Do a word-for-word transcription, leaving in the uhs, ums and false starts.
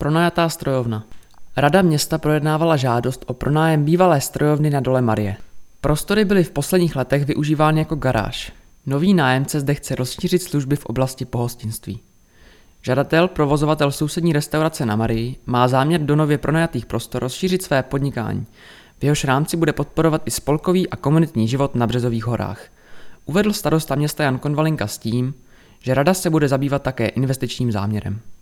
Pronajatá strojovna. Rada města projednávala žádost o pronájem bývalé strojovny na Dole Marie. Prostory byly v posledních letech využívány jako garáž. Nový nájemce zde chce rozšířit služby v oblasti pohostinství. Žadatel, provozovatel sousední restaurace na Marii, má záměr do nově pronajatých prostor rozšířit své podnikání. V jehož rámci bude podporovat i spolkový a komunitní život na Březových horách. Uvedl starosta města Jan Konvalinka s tím, že rada se bude zabývat také investičním záměrem.